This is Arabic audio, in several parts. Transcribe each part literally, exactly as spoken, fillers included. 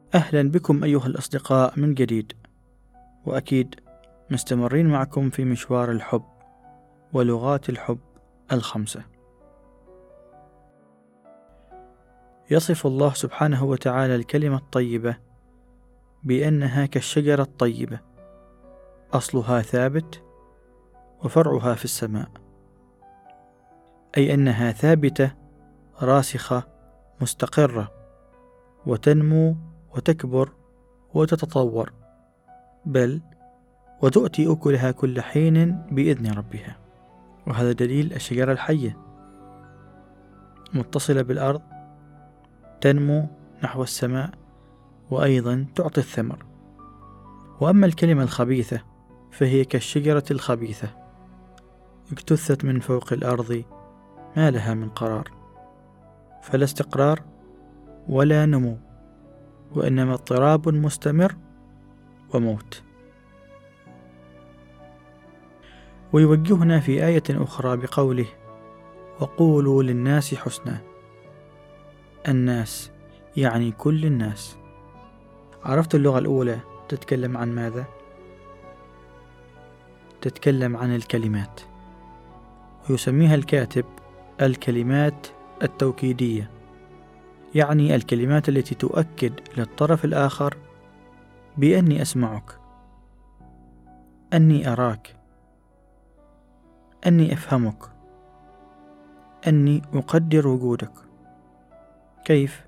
أهلا بكم أيها الأصدقاء من جديد، وأكيد مستمرين معكم في مشوار الحب ولغات الحب الخمسة. يصف الله سبحانه وتعالى الكلمة الطيبة بأنها كالشجرة الطيبة، أصلها ثابت وفرعها في السماء، أي أنها ثابتة راسخة مستقرة، وتنمو وتكبر وتتطور، بل وتؤتي أكلها كل حين بإذن ربها. وهذا دليل الشجرة الحية متصلة بالأرض، تنمو نحو السماء، وأيضا تعطي الثمر. وأما الكلمة الخبيثة فهي كالشجرة الخبيثة، اجتثت من فوق الأرض ما لها من قرار، فلا استقرار ولا نمو، وإنما اضطراب مستمر وموت. ويوجهنا في آية أخرى بقوله: وقولوا للناس حسنا. الناس يعني كل الناس. عرفت اللغة الأولى تتكلم عن ماذا؟ تتكلم عن الكلمات، ويسميها الكاتب الكلمات التوكيدية، يعني الكلمات التي تؤكد للطرف الآخر بأني أسمعك، أني أراك، أني أفهمك، أني أقدر وجودك. كيف؟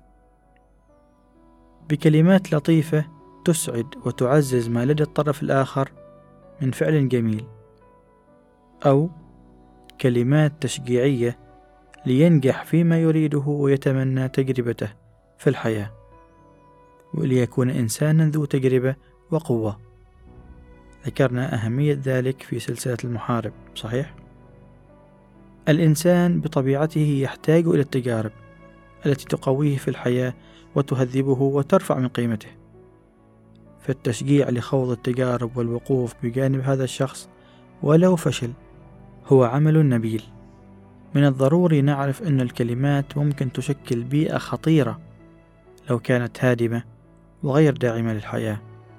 بكلمات لطيفة تسعد وتعزز ما لدى الطرف الآخر من فعل جميل، أو كلمات تشجيعية لينجح فيما يريده ويتمنى تجربته في الحياة، وليكون إنسانا ذو تجربة وقوة. ذكرنا أهمية ذلك في سلسلة المحارب، صحيح؟ الإنسان بطبيعته يحتاج إلى التجارب التي تقويه في الحياة وتهذبه وترفع من قيمته، فالتشجيع لخوض التجارب والوقوف بجانب هذا الشخص ولو فشل هو عمل نبيل. من الضروري نعرف أن الكلمات ممكن تشكل بيئة خطيرة لو كانت هادمة وغير داعمة للحياة،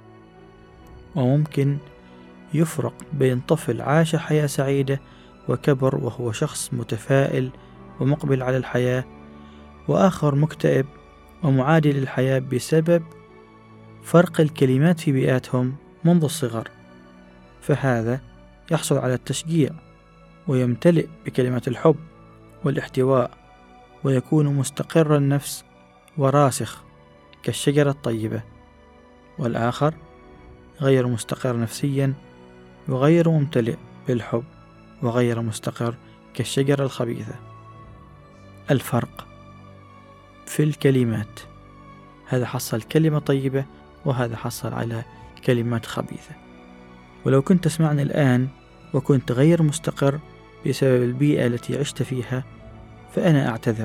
وممكن يفرق بين طفل عاش حياة سعيدة وكبر وهو شخص متفائل ومقبل على الحياة، وآخر مكتئب ومعادي للحياة بسبب فرق الكلمات في بيئاتهم منذ الصغر. فهذا يحصل على التشجيع ويمتلئ بكلمة الحب والاحتواء، ويكون مستقر النفس وراسخ كالشجرة الطيبة، والآخر غير مستقر نفسيا وغير ممتلئ بالحب وغير مستقر كالشجرة الخبيثة. الفرق في الكلمات، هذا حصل كلمة طيبة وهذا حصل على كلمات خبيثة. ولو كنت تسمعني الآن وكنت غير مستقر بسبب البيئة التي عشت فيها، فأنا أعتذر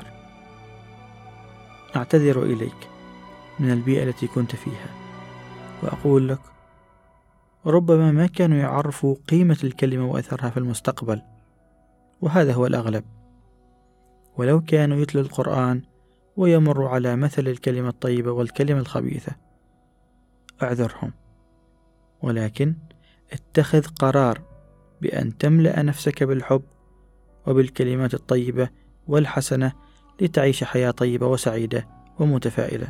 أعتذر إليك من البيئة التي كنت فيها، وأقول لك ربما ما كانوا يعرفوا قيمة الكلمة وأثرها في المستقبل، وهذا هو الأغلب. ولو كانوا يتلوا القرآن ويمروا على مثل الكلمة الطيبة والكلمة الخبيثة، أعذرهم، ولكن اتخذ قرار بأن تملأ نفسك بالحب وبالكلمات الطيبة والحسنة لتعيش حياة طيبة وسعيدة ومتفائلة.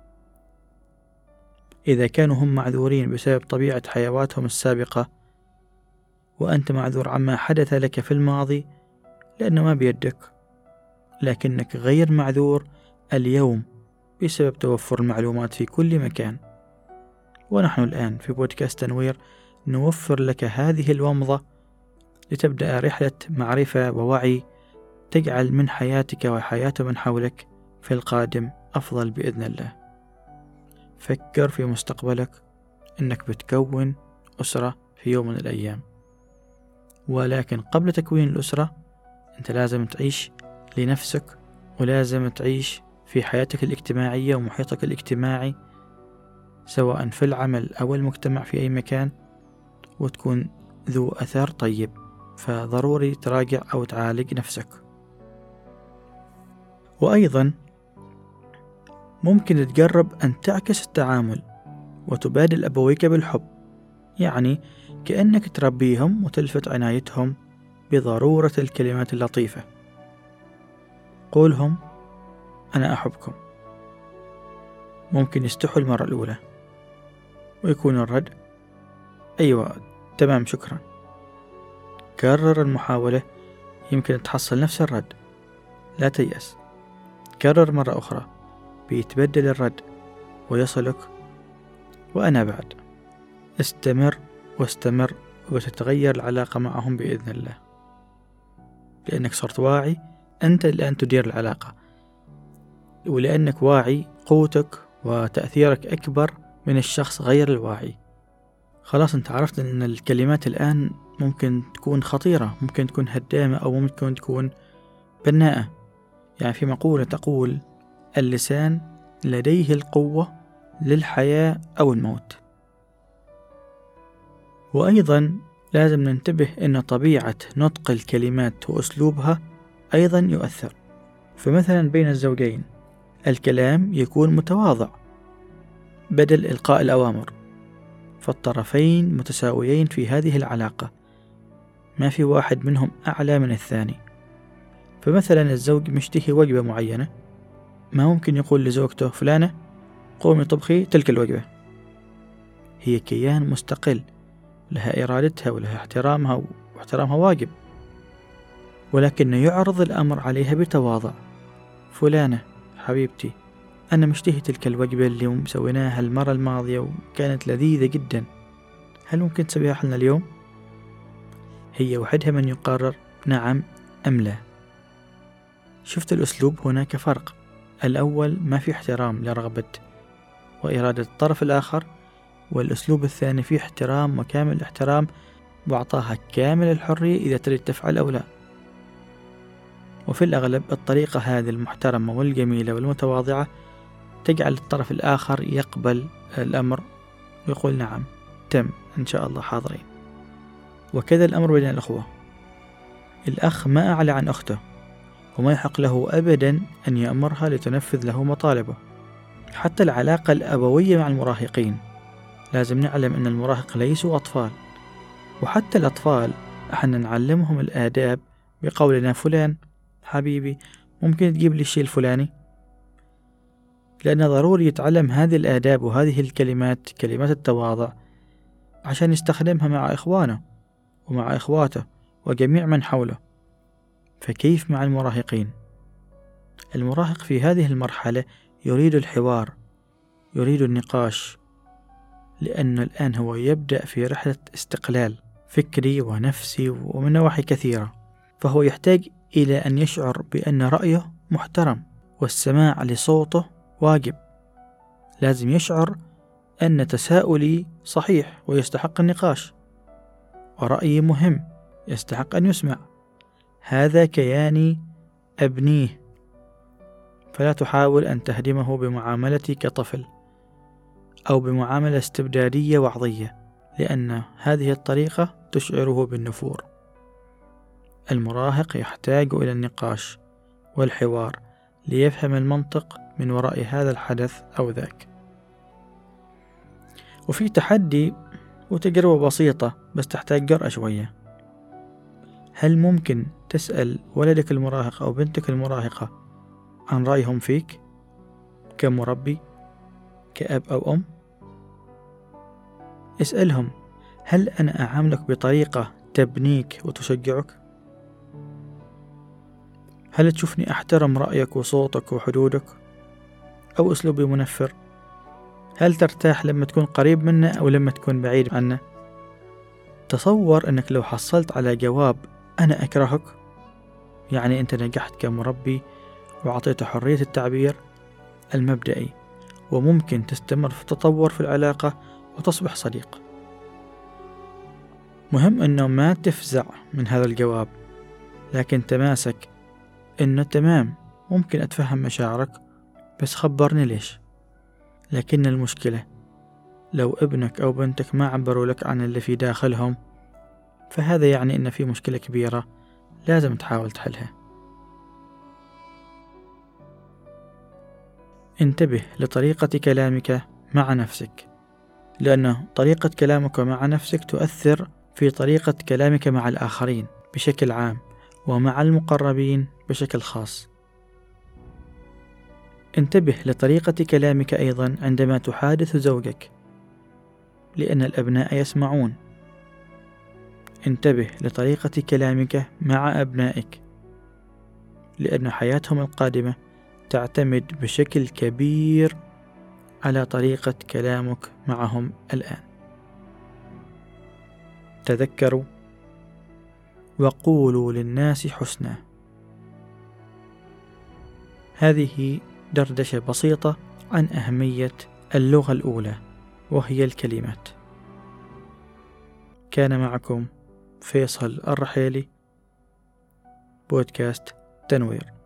إذا كانوا هم معذورين بسبب طبيعة حيواتهم السابقة، وأنت معذور عما حدث لك في الماضي لأنه ما بيدك، لكنك غير معذور اليوم بسبب توفر المعلومات في كل مكان. ونحن الآن في بودكاست تنوير نوفر لك هذه الومضة لتبدأ رحلة معرفة ووعي تجعل من حياتك وحياة من حولك في القادم أفضل بإذن الله. فكر في مستقبلك إنك بتكون أسرة في يوم من الأيام، ولكن قبل تكوين الأسرة أنت لازم تعيش لنفسك، ولازم تعيش في حياتك الاجتماعية ومحيطك الاجتماعي سواء في العمل أو المجتمع في أي مكان، وتكون ذو أثر طيب. فضروري تراجع أو تعالج نفسك. وأيضا ممكن تجرب أن تعكس التعامل وتبادل أبويك بالحب، يعني كأنك تربيهم وتلفت عنايتهم بضرورة الكلمات اللطيفة. قولهم أنا أحبكم. ممكن يستحوا المرة الأولى ويكون الرد أيوة تمام شكرا. كرر المحاولة، يمكن تحصل نفس الرد. لا تيأس، كرر مرة أخرى بيتبدل الرد ويصلك. وأنا بعد. استمر واستمر وتتغير العلاقة معهم بإذن الله، لأنك صرت واعي. أنت الآن تدير العلاقة، ولأنك واعي قوتك وتأثيرك أكبر من الشخص غير الواعي. خلاص أنت عرفت أن الكلمات الآن ممكن تكون خطيرة، ممكن تكون هدامة، أو ممكن تكون بناءة. يعني في مقولة تقول اللسان لديه القوة للحياة أو الموت. وأيضا لازم ننتبه أن طبيعة نطق الكلمات وأسلوبها أيضا يؤثر. فمثلا بين الزوجين الكلام يكون متواضع بدل إلقاء الأوامر، فالطرفين متساويين في هذه العلاقة، ما في واحد منهم أعلى من الثاني. فمثلا الزوج مشتهي وجبة معينة، ما ممكن يقول لزوجته فلانة قومي طبخي تلك الوجبة. هي كيان مستقل، لها إرادتها ولها احترامها، واحترامها واجب، ولكن يعرض الأمر عليها بتواضع. فلانة حبيبتي، أنا مشتهي تلك الوجبة اللي سويناها المرة الماضية وكانت لذيذة جدا، هل ممكن تسويها لنا اليوم؟ هي وحدها من يقرر نعم أم لا. شفت الأسلوب؟ هناك فرق. الأول ما في احترام لرغبة وإرادة الطرف الآخر، والأسلوب الثاني فيه احترام وكامل الاحترام، وأعطاها كامل الحرية إذا تريد تفعل أو لا. وفي الأغلب الطريقة هذه المحترمة والجميلة والمتواضعة تجعل الطرف الآخر يقبل الأمر ويقول نعم تم إن شاء الله حاضرين. وكذا الأمر بين الأخوة. الأخ ما أعلى عن أخته، وما يحق له أبدا أن يأمرها لتنفذ له مطالبه. حتى العلاقة الأبوية مع المراهقين لازم نعلم أن المراهق ليسوا أطفال، وحتى الأطفال احنا نعلمهم الآداب بقولنا فلان حبيبي ممكن تجيب لي الشيء الفلاني، لأن ضروري يتعلم هذه الآداب وهذه الكلمات، كلمات التواضع، عشان يستخدمها مع إخوانه ومع إخواته وجميع من حوله. فكيف مع المراهقين؟ المراهق في هذه المرحلة يريد الحوار، يريد النقاش، لأنه الآن هو يبدأ في رحلة استقلال فكري ونفسي ومن نواحي كثيرة، فهو يحتاج إلى أن يشعر بأن رأيه محترم والسماع لصوته واجب. لازم يشعر أن تساؤلي صحيح ويستحق النقاش، ورأيي مهم يستحق أن يسمع. هذا كياني أبنيه، فلا تحاول أن تهدمه بمعاملتي كطفل أو بمعاملة استبدادية وعظية، لأن هذه الطريقة تشعره بالنفور. المراهق يحتاج إلى النقاش والحوار ليفهم المنطق من وراء هذا الحدث أو ذاك. وفي تحدي وتجربة بسيطة بس تحتاج جرأة شوية. هل ممكن تسأل ولدك المراهق أو بنتك المراهقة عن رأيهم فيك كمربي، كأب أو أم؟ اسألهم هل أنا أعاملك بطريقة تبنيك وتشجعك؟ هل تشوفني أحترم رأيك وصوتك وحدودك أو أسلوبي منفر؟ هل ترتاح لما تكون قريب منه أو لما تكون بعيد عنه؟ تصور أنك لو حصلت على جواب أنا أكرهك، يعني أنت نجحت كمربي وعطيته حرية التعبير المبدئي، وممكن تستمر في التطور في العلاقة وتصبح صديق. مهم أنه ما تفزع من هذا الجواب، لكن تماسك إنه تمام ممكن أتفهم مشاعرك بس خبرني ليش. لكن المشكلة لو ابنك أو بنتك ما عبروا لك عن اللي في داخلهم، فهذا يعني إن في مشكلة كبيرة لازم تحاول تحلها. انتبه لطريقة كلامك مع نفسك، لأن طريقة كلامك مع نفسك تؤثر في طريقة كلامك مع الآخرين بشكل عام ومع المقربين بشكل خاص. انتبه لطريقة كلامك أيضا عندما تحادث زوجك، لأن الأبناء يسمعون. انتبه لطريقة كلامك مع أبنائك، لأن حياتهم القادمة تعتمد بشكل كبير على طريقة كلامك معهم الآن. تذكروا: وقولوا للناس حسنا. هذه دردشة بسيطة عن أهمية اللغة الأولى وهي الكلمات. كان معكم فيصل الرحيلي، بودكاست تنوير.